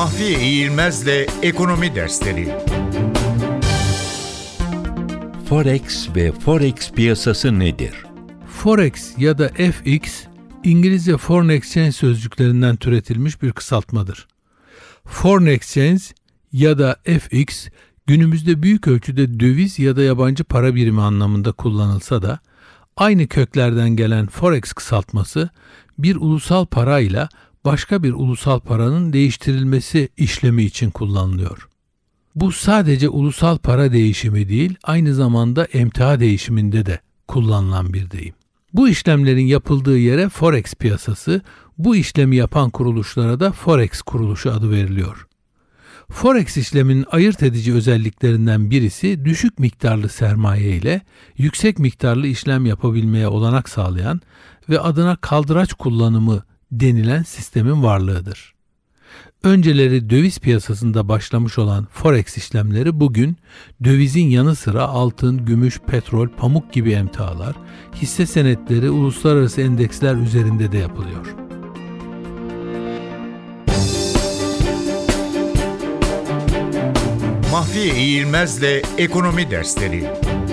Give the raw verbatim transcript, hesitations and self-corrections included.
Mahfiye İğilmez'le Ekonomi Dersleri. Forex ve Forex piyasası nedir? Forex ya da F X, İngilizce Foreign Exchange sözcüklerinden türetilmiş bir kısaltmadır. Foreign Exchange ya da F X, günümüzde büyük ölçüde döviz ya da yabancı para birimi anlamında kullanılsa da, aynı köklerden gelen Forex kısaltması, bir ulusal parayla başka bir ulusal paranın değiştirilmesi işlemi için kullanılıyor. Bu sadece ulusal para değişimi değil, aynı zamanda emtia değişiminde de kullanılan bir deyim. Bu işlemlerin yapıldığı yere Forex piyasası, bu işlemi yapan kuruluşlara da Forex kuruluşu adı veriliyor. Forex işleminin ayırt edici özelliklerinden birisi düşük miktarlı sermaye ile yüksek miktarlı işlem yapabilmeye olanak sağlayan ve adına kaldıraç kullanımı denilen sistemin varlığıdır. Önceleri döviz piyasasında başlamış olan Forex işlemleri bugün dövizin yanı sıra altın, gümüş, petrol, pamuk gibi emtialar, hisse senetleri, uluslararası endeksler üzerinde de yapılıyor. Mahfiye İğilmez'le Ekonomi Dersleri.